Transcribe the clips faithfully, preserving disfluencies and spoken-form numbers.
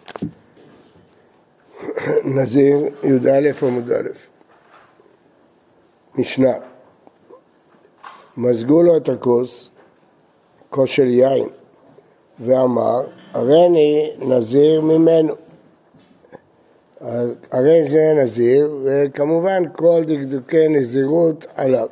נזיר י"א עמוד א'. משנה. מזגו לו את הכוס, כוס של יין, ואמר, הרי אני נזיר ממנו. הרי זה נזיר, וכמובן כל דקדוקי נזירות עליו.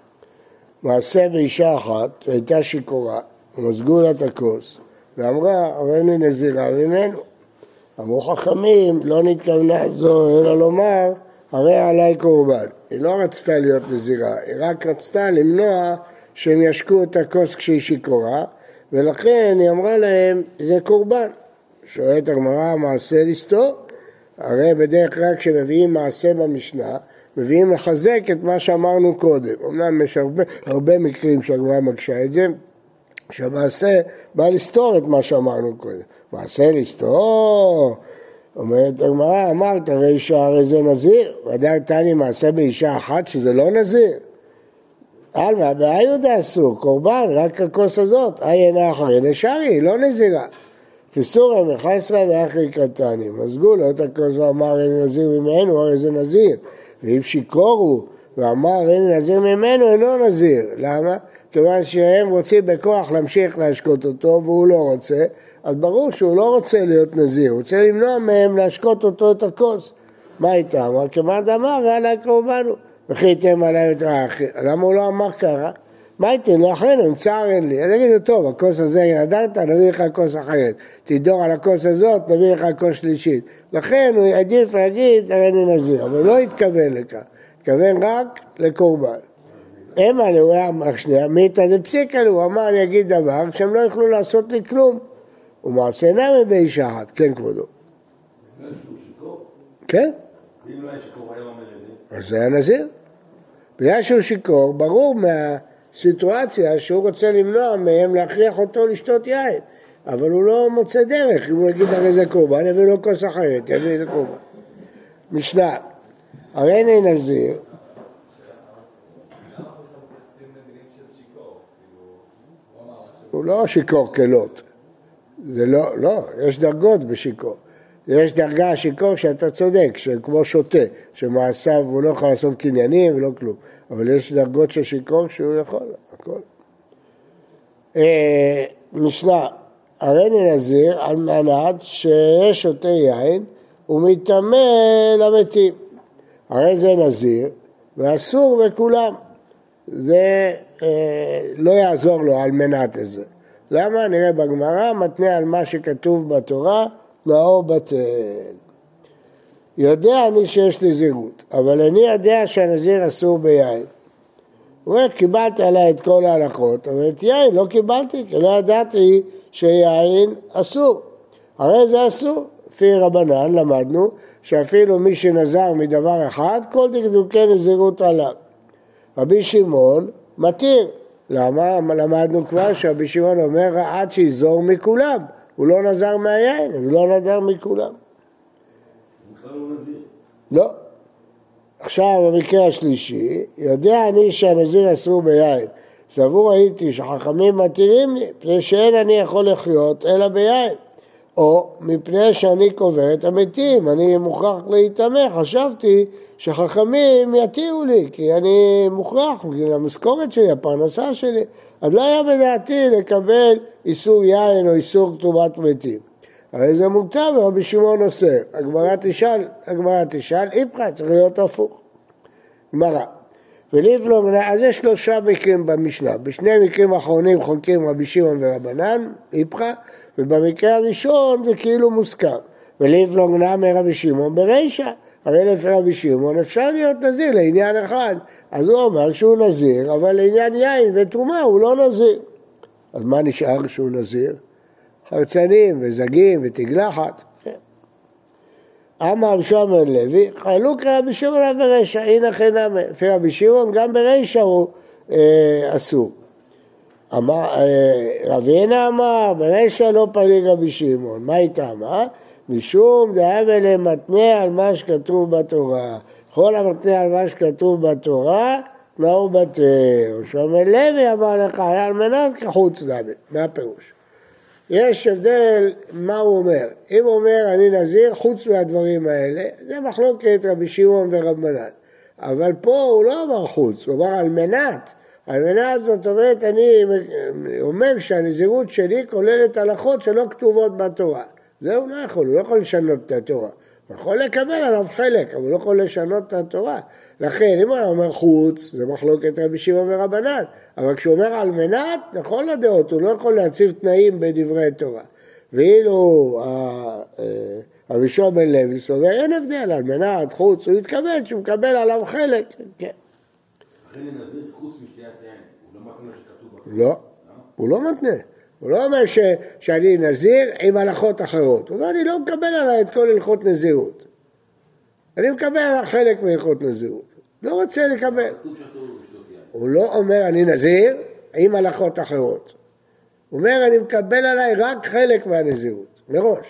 מעשה באישה אחת, והייתה שיכורה, ומזגו לה את הכוס, ואמרה, הרי אני נזירה ממנו. אמרו חכמים, לא נתכוונה זו, אלא לומר, הרי עליי קורבן. היא לא רצתה להיות נזירה, היא רק רצתה למנוע שהם ישקו את הכוס כשהיא שיכורה, ולכן היא אמרה להם, זה קורבן. שואלת הגמרא, מעשה לסתור? הרי בדרך כלל כשמביאים מעשה במשנה, מביאים לחזק את מה שאמרנו קודם. אמנם יש הרבה, הרבה מקרים שהגמרא מקשה את זה, שהמעשה בא לסתור את מה שאמרנו קודם. מעשה לסתור, אומרת הגמרא, אמרת הרי שהרי זה נזיר, ודאי תני מעשה באישה אחת שזה לא נזיר. אלמה, בהיודה אסור, קורבן, רק הכוס הזאת, עיינה אחרי נשארי, לא נזירה. פסורה מ-אחד עשר ואחרי קטני, מזגו לו את הכוס ואמר הרי נזיר ממנו, הרי זה נזיר. ואם שיקורו ואמר הרי נזיר ממנו, אינו נזיר. למה? כיוון שהם רוצים בכוח להמשיך להשקות אותו והוא לא רוצה, אז ברור שהוא לא רוצה להיות נזיר, הוא רוצה למנוע מהם להשקות אותו את הכוס. מה איתה? אמר, כמעט אמר, עלי קורבנו, וכיתם עלי את האחי. למה הוא לא אמר ככה? מה איתה? לאחרנו, אם צער אין לי. אז יגידו, טוב, הכוס הזה ידעת, נביא לך כוס אחרת. תדור על הכוס הזאת, נביא לך כוס שלישית. לכן הוא עדיף להגיד, הרי אני נזיר, אבל לא התכוון לכך. התכוון רק לקורבן. אמה לו, הוא אמר שנייה, מיתה דפסיקה לו, הוא אמר, אני אגיד דבר, שהם לא יוכלו לעשות לי כלום. ומעשה נמי באישה אחת, כן כבודו. בגלל שהוא שיקור? כן. ואם לא היה שיקור, היה אומר את זה? אז זה היה נזיר. בגלל שהוא שיקור, ברור מהסיטואציה שהוא רוצה למנוע מהם להכריח אותו לשתות יין. אבל הוא לא מוצא דרך, אם הוא יגיד הרי זה קורבן, יביא לו כוס אחרת, יביא לו קורבן. משנה, הרי אני נזיר, הוא לא שיקור כלות. זה לא, לא, יש דרגות בשיקור. יש דרגה שיקור שאתה צודק, שכמו שוטה, שמעשיו הוא לא יכול לעשות קניינים ולא כלום. אבל יש דרגות של שיקור שהוא יכול, הכל. אה, משנה, הרי אני נזיר על מנת שיש שותה יין ומתאמה למתים. הרי זה נזיר ואסור בכולם. זה אה, לא יעזור לו על מנת הזה. למה? נראה בגמרא, מתנה על מה שכתוב בתורה, נאור בטל. יודע אני שיש נזירות, אבל אני יודע שהנזיר אסור ביין. הוא אומר, קיבלתי עליי את כל ההלכות, אבל את יין לא קיבלתי, כי לא ידעתי שיין אסור. הרי זה אסור. לפי רבנן למדנו שאפילו מי שנזר מדבר אחד, כל דקדוקי נזירות עליו. רבי שמעון מתיר. למה? למדנו כבר שרבי שמעון אומר עד שיזור מכולם. הוא לא נזר מהיין, הוא לא נזר מכולם. הוא בכלל לא נזיר. לא. עכשיו במקרה השלישי, יודע אני שהנזיר אסור ביין. סבור הייתי שחכמים מתירים לי, מפני שאין אני יכול לחיות אלא ביין. או מפני שאני קובר את המתים, אני מוכרח להתאמה. חשבתי שחכמים יתירו לי, כי אני מוכרח, בגלל המשכורת שלי, הפרנסה שלי. אז לא היה בדעתי לקבל איסור יין או איסור כתובת מתים. הרי זה מותר ורבי שמעון עושה. הגמרא תשאל, הגמרא תשאל, איפכה, צריך להיות הפוך. גמרא. ולבלום, אז יש שלושה מקרים במשנה. בשני מקרים האחרונים חולקים רבי שמעון ורבנן, איפכה, ובמקרה הראשון זה כאילו מוסכם. ולבלום נאמר רבי שמעון ברישא. הרי לפי רבי שמעון אפשר להיות נזיר לעניין אחד. אז הוא אומר שהוא נזיר, אבל לעניין יין ותרומה הוא לא נזיר. אז מה נשאר שהוא נזיר? חרצנים וזגים ותגלחת. אמר שמעון לוי, חלוק רבי שמעון ברישא, הנה חינם. לפי רבי שמעון גם ברישא הוא אה, אסור. אמר, אה, רבינה אמר, ברישא לא פליג רבי שמעון. מה איתה אמר? משום דאבה למתנה על מה שכתוב בתורה. כל המתנה על מה שכתוב בתורה, נאור בטל. שמעון לוי אמר לך, היה על מנת כחוץ דמה. מה הפירוש? יש הבדל מה הוא אומר. אם הוא אומר אני נזיר חוץ מהדברים האלה, זה מחלוקת רבי שמעון ורבנן. אבל פה הוא לא אמר חוץ, הוא אמר על מנת. על מנת זאת אומרת, אני אומר שהנזירות שלי כוללת הלכות שלא כתובות בתורה. זה הוא לא יכול, הוא לא יכול לשנות את התורה. הוא יכול לקבל עליו חלק, אבל הוא לא יכול לשנות את התורה. לכן, אם הוא אומר חוץ, זה מחלוקת רבי שמעון ורבנן. אבל כשהוא אומר על מנת, לכל הדעות, הוא לא יכול להציב תנאים בדברי תורה. ואילו רבי שמעון בן לוי, זאת אומרת, אין הבדל, על מנת, חוץ, הוא יתכוון שהוא מקבל עליו חלק. כן. לכן נזיר חוץ משתי התנאים, הוא לא מתנה שכתוב לא, הוא לא מתנה. הוא לא אומר ש, שאני נזיר עם הלכות אחרות. הוא אומר, אני לא מקבל עליי את כל הלכות נזירות. אני מקבל עליי חלק מהלכות נזירות. לא רוצה לקבל. הוא לא אומר, אני נזיר עם הלכות אחרות. הוא אומר, אני מקבל עליי רק חלק מהנזירות, מראש.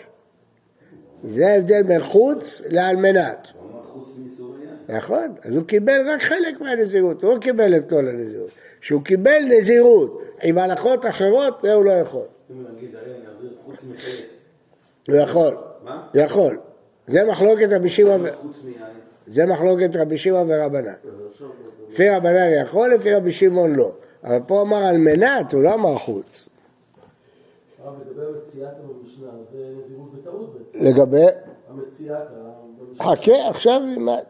זה ההבדל בין חוץ לעל מנת. הוא אמר חוץ מאיסור יין. נכון, אז הוא קיבל רק חלק מהנזירות, הוא לא קיבל את כל הנזירות. כשהוא קיבל נזירות עם הלכות אחרות, זה הוא לא יכול. אם נגיד, הרי נזיר חוץ מחלק. הוא יכול. מה? יכול. זה מחלוקת רבי שמעון חוץ מיין. זה מחלוקת רבי שמעון ורבנן. לפי רבנן יכול, לפי רבי שמעון לא. אבל פה אמר על מנת, הוא לא אמר חוץ. הרב, לגבי המציאת במשנה, זה נזירות בטעות בעצם. לגבי? המציאת במשנה. חכה, עכשיו נלמד.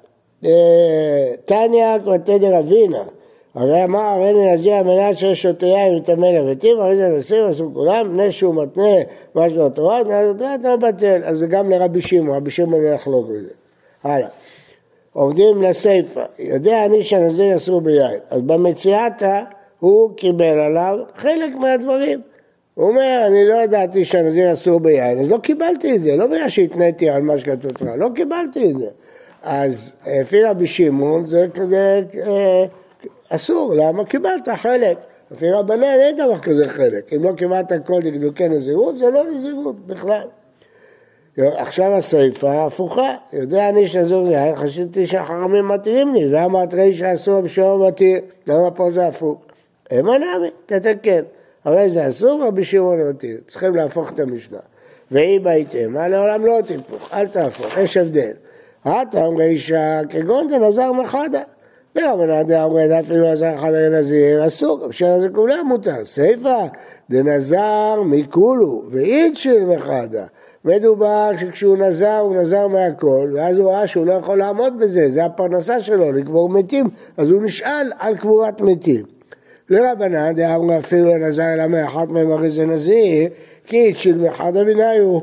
תניא כותדר אבינה. הרי אמר, הרי נזיר על מנת שיש שוטיה עם יטמא לבתים, הרי זה נסיר, עשו כולם, בני שהוא מתנה משהו התורה, נהיה התורה, אתה מבטל. אז זה גם לרבי שמעון, רבי שמעון לא יחלוק בזה. הלאה. עומדים לסייפה, יודע אני שהנזיר אסור ביין. אז במציאתה הוא קיבל עליו חלק מהדברים. הוא אומר, אני לא ידעתי שהנזיר אסור ביין, אז לא קיבלתי את זה, לא בגלל שהתניתי על מה שכתוב תורה, לא קיבלתי את זה. אז לפי רבי שמעון זה כזה אה, אסור, למה? קיבלת חלק. לפי רבנן אין דבר כזה חלק. אם לא קיבלת כל דקדוקי נזירות, זה לא נזירות בכלל. עכשיו הסייפה הפוכה, יודע אני שנזור יין, חשבתי שהחכמים מתירים לי, ואמרת ראי שאסור בשביל מתיר, למה פה זה הפוך? אמנה מי, תתקן. הרי זה אסור, רבי שמעון מתיר, צריכים להפוך את המשנה. והיא בהתאם, לעולם לא תפוך, אל תהפוך, יש הבדל. הטעם ראישה כגון דנזר מחדה. לרבנן דאמרי אפילו נזר חדר נזיר, אסור, בשביל זה כולם מותר. סייפה, דנזר מכולו, ואיצ'ל מחדה. מדובר שכשהוא נזר, הוא נזר מהכל, ואז הוא ראה שהוא לא יכול לעמוד בזה, זה הפרנסה שלו, לקבור מתים, אז הוא נשאל על קבורת מתים. לרבנן דאמרי אפילו נזר אלא מאחת מהם הרי זה נזיר, כי איצ'ל מחדה ביניו.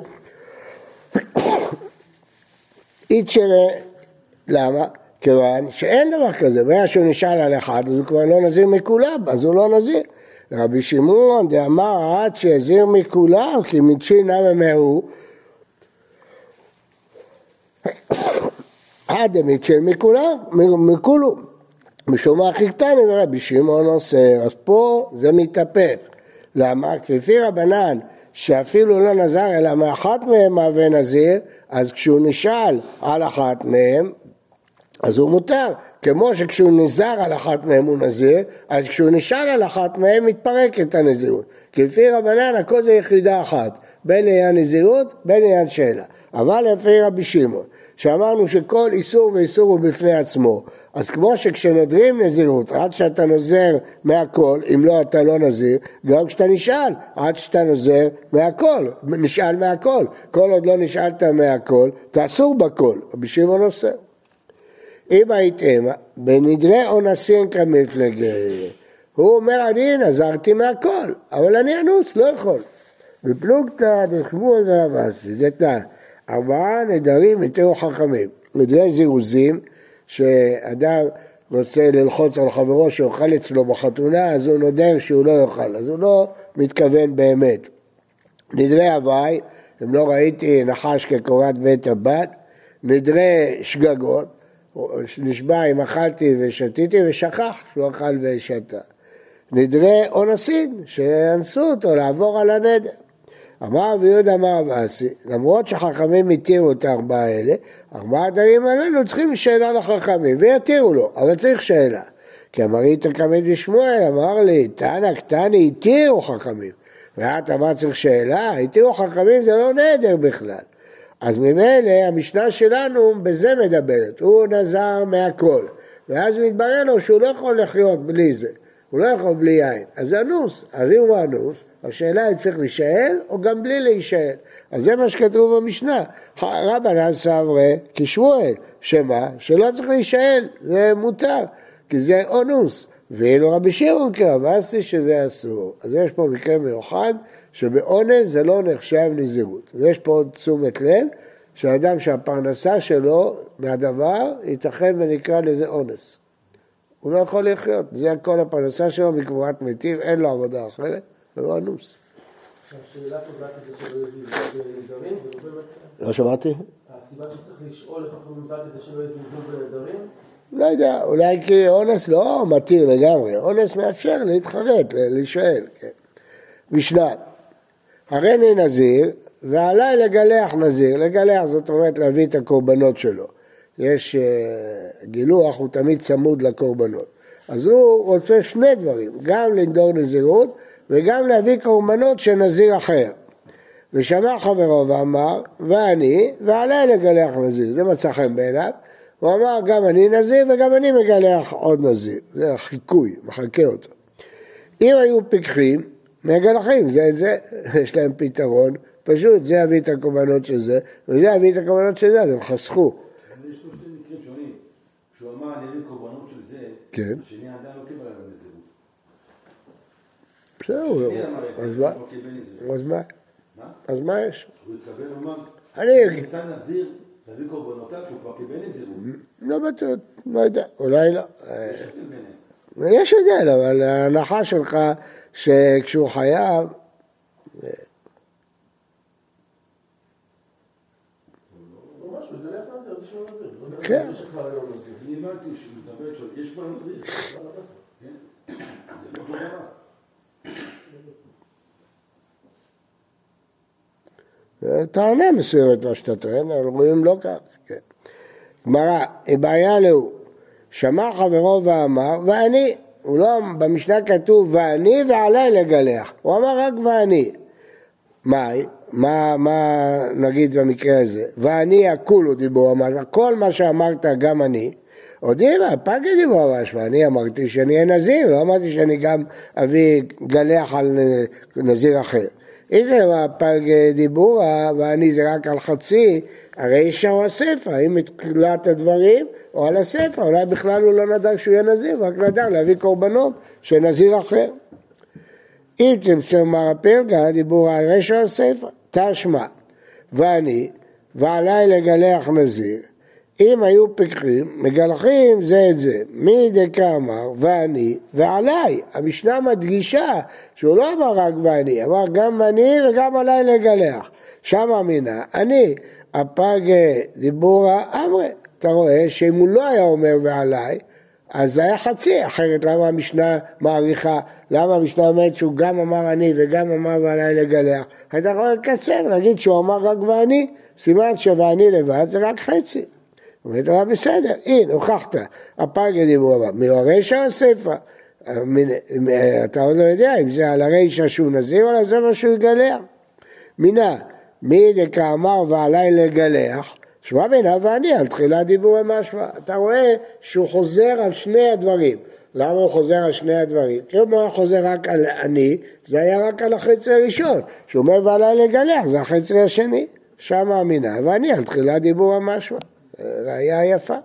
איצ'ל, למה? כיוון שאין דבר כזה, ברגע שהוא נשאל על אחד, אז הוא כבר לא נזיר מכולם, אז הוא לא נזיר. רבי שמעון דאמר עד שיזיר מכולם, כי מצ'ין נמהו, עד מצ'ין מכולם, מכולו. משום מה הכי קטן, רבי שמעון אוסר, אז פה זה מתהפך. למה? כי לפי רבנן, שאפילו לא נזר אלא מאחת מהם מהווה נזיר, אז כשהוא נשאל על אחת מהם, אז הוא מותר, כמו שכשהוא נזר על אחת מהם הוא נזיר, אז כשהוא נשאל על אחת מהם מתפרקת הנזירות. כי לפי רבנן הכל זה יחידה אחת, בין לעניין נזירות, בין לעניין שאלה. אבל לפי רבי שמעון, שאמרנו שכל איסור ואיסור הוא בפני עצמו, אז כמו שכשנודרים נזירות, עד שאתה נוזר מהכל, אם לא אתה לא נזיר, גם כשאתה נשאל, עד שאתה נוזר מהכל, נשאל מהכל. כל עוד לא נשאלת מהכל, תאסור בכל, רבי שמעון אוסר. אם הייתם, בנדרי אונסין כמפלגי, הוא אומר, אני נזרתי מהכל, אבל אני אנוס, לא יכול. בפלוגתא דשמואל ורבשי, זה תנא, ארבעה נדרים התירו חכמים. נדרי זירוזים, שאדם רוצה ללחוץ על חברו שאוכל אצלו בחתונה, אז הוא נודר שהוא לא יאכל, אז הוא לא מתכוון באמת. נדרי הוואי, אם לא ראיתי נחש כקורת בית הבת, נדרי שגגות, נשבע אם אכלתי ושתיתי ושכח שהוא אכל ושתה. נדרי אונסין, שאנסו אותו לעבור על הנדר. אמר רבי יהודה אמר רב אסי, למרות שחכמים התירו את הארבעה האלה, ארבעה דברים עלינו צריכים שאלה לחכמים, ויתירו לו, אבל צריך שאלה. כי אמרית קמא דשמואל, אמר לי, תנא קטני התירו חכמים, ואת אמרת צריך שאלה, התירו חכמים זה לא נדר בכלל. אז ממילא המשנה שלנו בזה מדברת, הוא נזר מהכל, ואז מתברר לו שהוא לא יכול לחיות בלי זה, הוא לא יכול בלי יין, אז זה אנוס, אז אם הוא אנוס, השאלה היא צריך להישאל או גם בלי להישאל, אז זה מה שכתוב במשנה, רבנן סברי כשמואל, שמה? שלא צריך להישאל, זה מותר, כי זה אונוס, ואילו רבי שמעון קבע שזה אסור, אז יש פה מקרה מיוחד, שבאונס זה לא נחשב נזירות. ויש פה עוד תשומת לב, שהאדם שהפרנסה שלו מהדבר, ייתכן ונקרא לזה אונס. הוא לא יכול לחיות, זה כל הפרנסה שלו מקבורת מתים, אין לו עבודה אחרת, ולא אנוס. השאלה קובעת את זה שלא יזיזו בנדרים, זה לא באמת... לא שמעתי? הסיבה שצריך לשאול איך אנחנו נמצא את זה שלא יזיזו בנדרים? לא יודע, אולי כי אונס לא מתיר לגמרי, אונס מאפשר להתחרט, להישאל. כן. משנה. הריני נזיר, ועליי לגלח נזיר, לגלח זאת אומרת להביא את הקורבנות שלו. יש uh, גילוח, הוא תמיד צמוד לקורבנות. אז הוא רוצה שני דברים, גם לנדור נזירות, וגם להביא קורבנות של נזיר אחר. ושמע חברו ואמר, ואני, ועליי לגלח נזיר, זה מצא חן בעיניו. הוא אמר, גם אני נזיר וגם אני מגלח עוד נזיר. זה החיקוי, מחכה אותו. אם היו פיקחים, מגלחים, זה את זה, יש להם פתרון, פשוט זה יביא את הקורבנות של זה, וזה יביא את הקורבנות של זה, אז הם חסכו. יש פה שתי מקרים שונים, כשהוא אמר אני אביא קורבנות של זה, כן. השני עדיין לא קיבל עליו נזירות. בסדר, אז מה? אז מה? אז מה יש? הוא התכוון, הוא אמר, אני... הוא נמצא נזיר, להביא קורבנותיו שהוא כבר קיבל נזירות. לא בטוח, לא יודע, אולי לא. יש הבדל ביניהם. יש הבדל, אבל ההנחה שלך שכשהוא חייב... כן. אני הבנתי שהוא מדבר שלו, יש כבר נזיר. זה לא כל דבר. טענה מסוימת מה שאתה טוען, אבל רואים לא כך. גמרא, בעיה לו, שמע חברו ואמר, ואני, הוא לא, במשנה כתוב ואני ועליי לגלח, הוא אמר רק ואני. מה, מה, מה נגיד במקרה הזה? ואני הכולו דיבור ממש, כל מה שאמרת גם אני, עוד אימא, פגי דיבור ממש, ואני אמרתי שאני אהיה נזיר, לא אמרתי שאני גם אביא גלח על נזיר אחר. אם זה פגי דיבור, ואני זה רק על חצי, הרי יש או הספר, אם התקלת הדברים, או על הספר, אולי בכלל הוא לא נדע שהוא יהיה נזיר, רק נדע להביא קורבנות של נזיר אחר. אם תמצא מר הפלגה, דיבור על רשע הספר, תשמע, ואני, ועליי לגלח נזיר, אם היו פיקחים, מגלחים זה את זה, מי דקה אמר, ואני, ועליי, המשנה מדגישה, שהוא לא אמר רק ואני, אמר גם אני וגם עליי לגלח, שם אמינה, אני, הפג דיבורה אמרה, אתה רואה שאם הוא לא היה אומר ועליי, אז זה היה חצי, אחרת למה המשנה מעריכה, למה המשנה אומרת שהוא גם אמר אני וגם אמר ועליי לגלח, היית יכול לקצר, להגיד שהוא אמר רק ואני, סימן שוואני לבד זה רק חצי. אומרת לה בסדר, הנה, הוכחת, הפג דיבור אמר, מהרשע או ספר? אתה עוד לא יודע אם זה על הרשע שהוא נזיר או על הספר שהוא יגלח. מינה, מי דקה אמר ועליי לגלח, שמע בינה ואני על תחילת דיבור המשמע. אתה רואה שהוא חוזר על שני הדברים. למה הוא חוזר על שני הדברים? כי הוא היה חוזר רק על אני, זה היה רק על החצי הראשון. שהוא אומר ועליי לגלח, זה החצי השני. שם אמינה ואני על תחילת דיבור המשמע. ראיה יפה.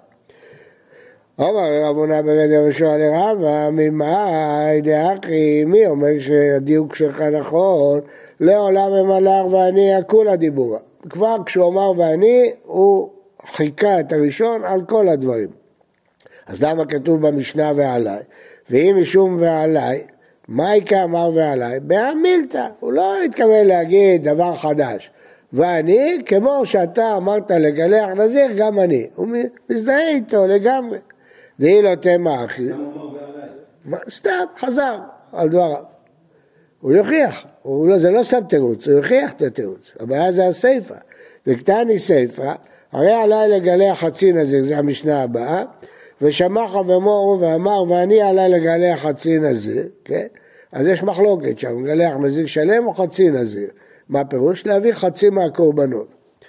אומר רבונה ברד יהושע לרבא, ממאי דאקרי, מי אומר שהדיוק שלך נכון? לעולם ממלאך ואני הכול הדיבור. כבר כשהוא אמר ואני, הוא חיכה את הראשון על כל הדברים. אז למה כתוב במשנה ועליי? ואם משום ועליי, מייקה אמר ועליי? בהמילתא, הוא לא התכוון להגיד דבר חדש. ואני, כמו שאתה אמרת לגלח נזיר, גם אני. הוא מזדהה איתו לגמרי. והיא לא תמה אחי. למה הוא אמר ועליי? סתם, חזר על דבריו. הוא יוכיח, הוא לא, זה לא סתם תירוץ, הוא יוכיח את התירוץ. הבעיה זה הסייפה. וקטני סייפה, הרי עליי לגלח חצי נזיר, זה המשנה הבאה, ושמע חברו ואמר, ואני עליי לגלח חצי נזיר, כן? אז יש מחלוקת שם, מגלח נזיר שלם או חצי נזיר. מה הפירוש? להביא חצי מהקורבנות.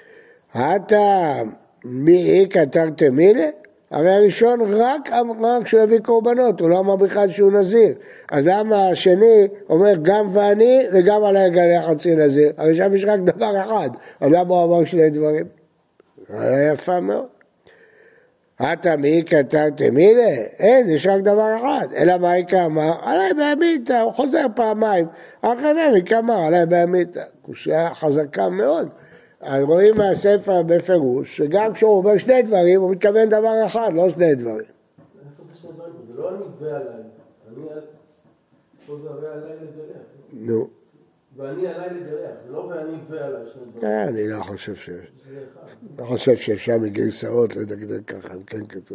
אתה מי כתרתם מילה? הרי הראשון רק אמר שהוא יביא קורבנות, הוא לא אמר בכלל שהוא נזיר. אז למה השני אומר גם ואני וגם עליי גלח חצי נזיר? הרי שם יש רק דבר אחד, אז למה הוא אמר שני דברים? היה יפה מאוד. אתה מי כתרתם מילה? אין, יש רק דבר אחד. אלא מה יקה אמר? עליי באמיתא, הוא חוזר פעמיים. האקדמי אמר עליי באמיתא. קושיה חזקה מאוד. אז רואים מהספר בפירוש, שגם כשהוא אומר שני דברים, הוא מתכוון דבר אחד, לא שני דברים. איפה זה שני דברים? זה לא אני ועליי. אני על... פה זה הרי עליי לגלח. נו. ואני עליי לגלח. זה לא ואני ועליי שני דברים. אני לא חושב ש... לא חושב שאפשר מגרסאות לדקדק ככה, כן כתוב.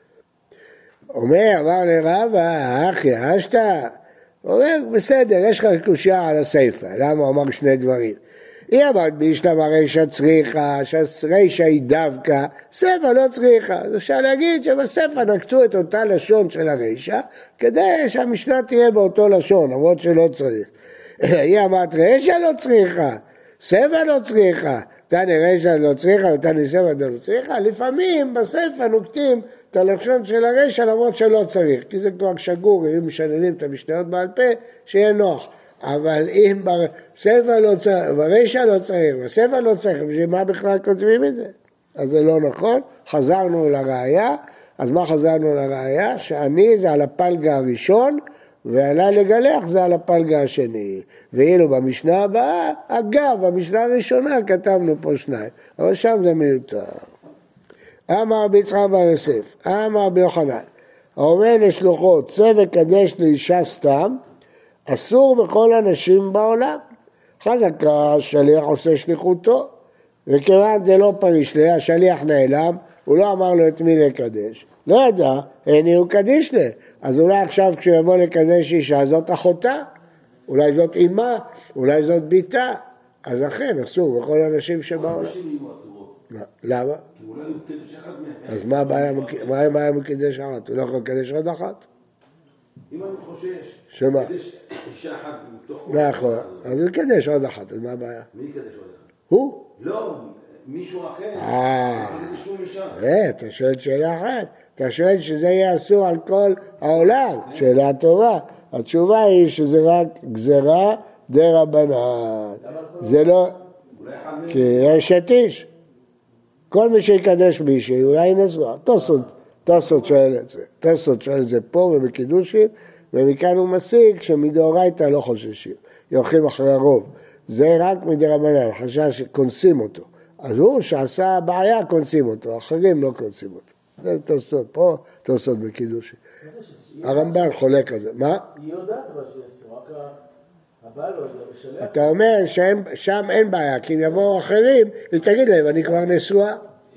אומר, אמר לרבא, אחי, אשתה? אומר, בסדר, יש לך קושיה על הספר. למה הוא אמר שני דברים? היא אמרת בישלם הרישא צריכה, שהרישא היא דווקא, ספר לא צריכה. אז אפשר להגיד שבספר נקטו את אותה לשון של הרישא, כדי שהמשנה תהיה באותו לשון, למרות שלא צריך. היא אמרת רישא לא צריכה, ספר לא צריכה, תני רישא לא צריכה ותני ספר לא צריכה. לפעמים בספר נוקטים את הלשון של הרישא למרות שלא צריך, כי זה כבר שגור, אם משננים את המשניות בעל פה, שיהיה נוח. אבל אם בספר לא צריך, ברישא לא צריך, בספר לא צריך, בשביל מה בכלל כותבים את זה? אז זה לא נכון, חזרנו לראיה, אז מה חזרנו לראיה? שאני זה על הפלגה הראשון, ועליי לגלח זה על הפלגה השני. ואילו במשנה הבאה, אגב, במשנה הראשונה כתבנו פה שניים, אבל שם זה מיותר. אמר ביצחק בר יוסף, אמר ביוחנן, האומר לשלוחו, צא וקדש לאישה סתם, אסור בכל אנשים בעולם. חזקה, השליח עושה שליחותו, וכיוון זה לא פריש לי, השליח נעלם, הוא לא אמר לו את מי לקדש. לא ידע, הנה הוא קדיש לי. אז אולי עכשיו כשיבוא לקדש אישה, זאת אחותה, אולי זאת אימה, אולי זאת ביתה. אז לכן אסור בכל אנשים שבעולם. אנשים יהיו אסורות. למה? כי אולי הוא קדש אחד מהם. אז מה הבעיה מקדש אחת? הוא לא יכול לקדש עוד אחת? אם אני חושש, שמה? קדש אישה אחת מתוך... נכון, אז הוא קדש עוד אחת, אז מה הבעיה? מי קדש עוד אחת? הוא? לא, מישהו אחר. אה, קדשו אישה. אה, אתה שואל שאלה אחת. אתה שואל שזה יהיה אסור על כל העולם. שאלה טובה. התשובה היא שזה רק גזרה דרבנן. זה לא... כי יש שתיש. כל מי שיקדש מישהי, אולי נזרע. תוספות, תוספות שואל את זה. תוספות שואל את זה פה ובקידושים, ומכאן הוא מסיק שמדאורייתא לא חוששים. יורחים אחרי הרוב. זה רק מדרבנן, חשש שקונסים אותו. אז הוא שעשה בעיה קונסים אותו, אחרים לא קונסים אותו. זה תוספות פה, תוספות בקידושים. הרמב"ן חולק על זה. מה? היא יודעת מה שיעשו, רק הבעל לא יודע, משלח. אתה אומר ששם אין בעיה, כי אם יבואו אחרים, היא תגיד להם, אני כבר נשואה.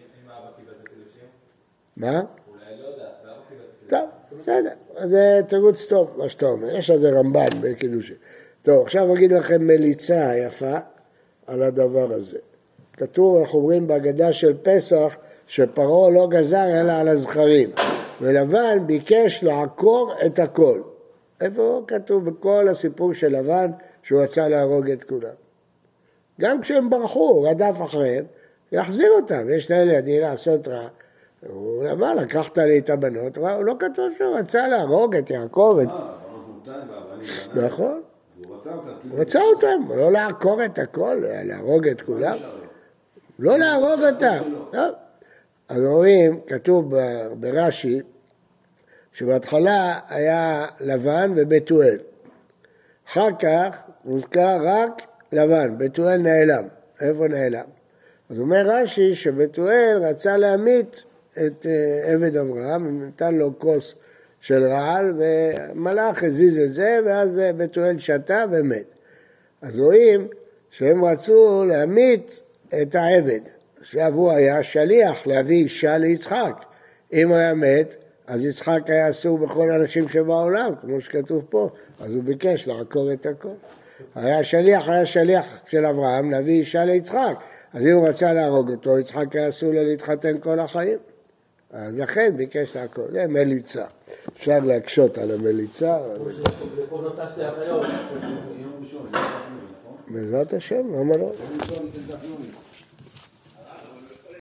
מה? אולי לא יודעת, ואבא קיבל את טוב, בסדר. זה תירוץ טוב, מה שאתה אומר. יש על זה רמב"ן בקידושים. טוב, עכשיו אגיד לכם מליצה יפה על הדבר הזה. כתוב, אנחנו אומרים בהגדה של פסח, שפרעה לא גזר אלא על הזכרים. ולבן ביקש לעקור את הכל. איפה כתוב בכל הסיפור של לבן שהוא רצה להרוג את כולם? גם כשהם ברחו, הוא רדף אחריהם, יחזיר אותם. יש לאלה ידי לעשות רע. הוא אמר, לקחת לי את הבנות, הוא לא כתוב שהוא רצה להרוג את יעקב. אה, בנות מותיים והבנים. נכון. הוא רצה אותם. הוא רצה אותם, לא לעקור את הכל, להרוג את כולם. לא להרוג אותם. אז רואים, כתוב ברש"י, שבהתחלה היה לבן ובתואל. אחר כך מוזכר רק לבן, בתואל נעלם. איפה נעלם? אז אומר רש"י שבתואל רצה להמית את עבד אברהם, נתן לו כוס של רעל, ומלאך הזיז את זה, ואז בתואל שתה ומת. אז רואים שהם רצו להמית את העבד. עכשיו הוא היה שליח להביא אישה ליצחק. אם הוא היה מת, אז יצחק היה אסור בכל האנשים שבעולם, כמו שכתוב פה, אז הוא ביקש לעקור את הכל. היה שליח, היה שליח של אברהם להביא אישה ליצחק. אז אם הוא רצה להרוג אותו, יצחק היה אסור לו להתחתן כל החיים. אז לכן ביקש לעקור, זה מליצה. אפשר להקשות על המליצה. זה פה נושא שתי אחיות. יום ראשון, בעזרת השם, למה לא? יום ראשון ניתן דף יומי.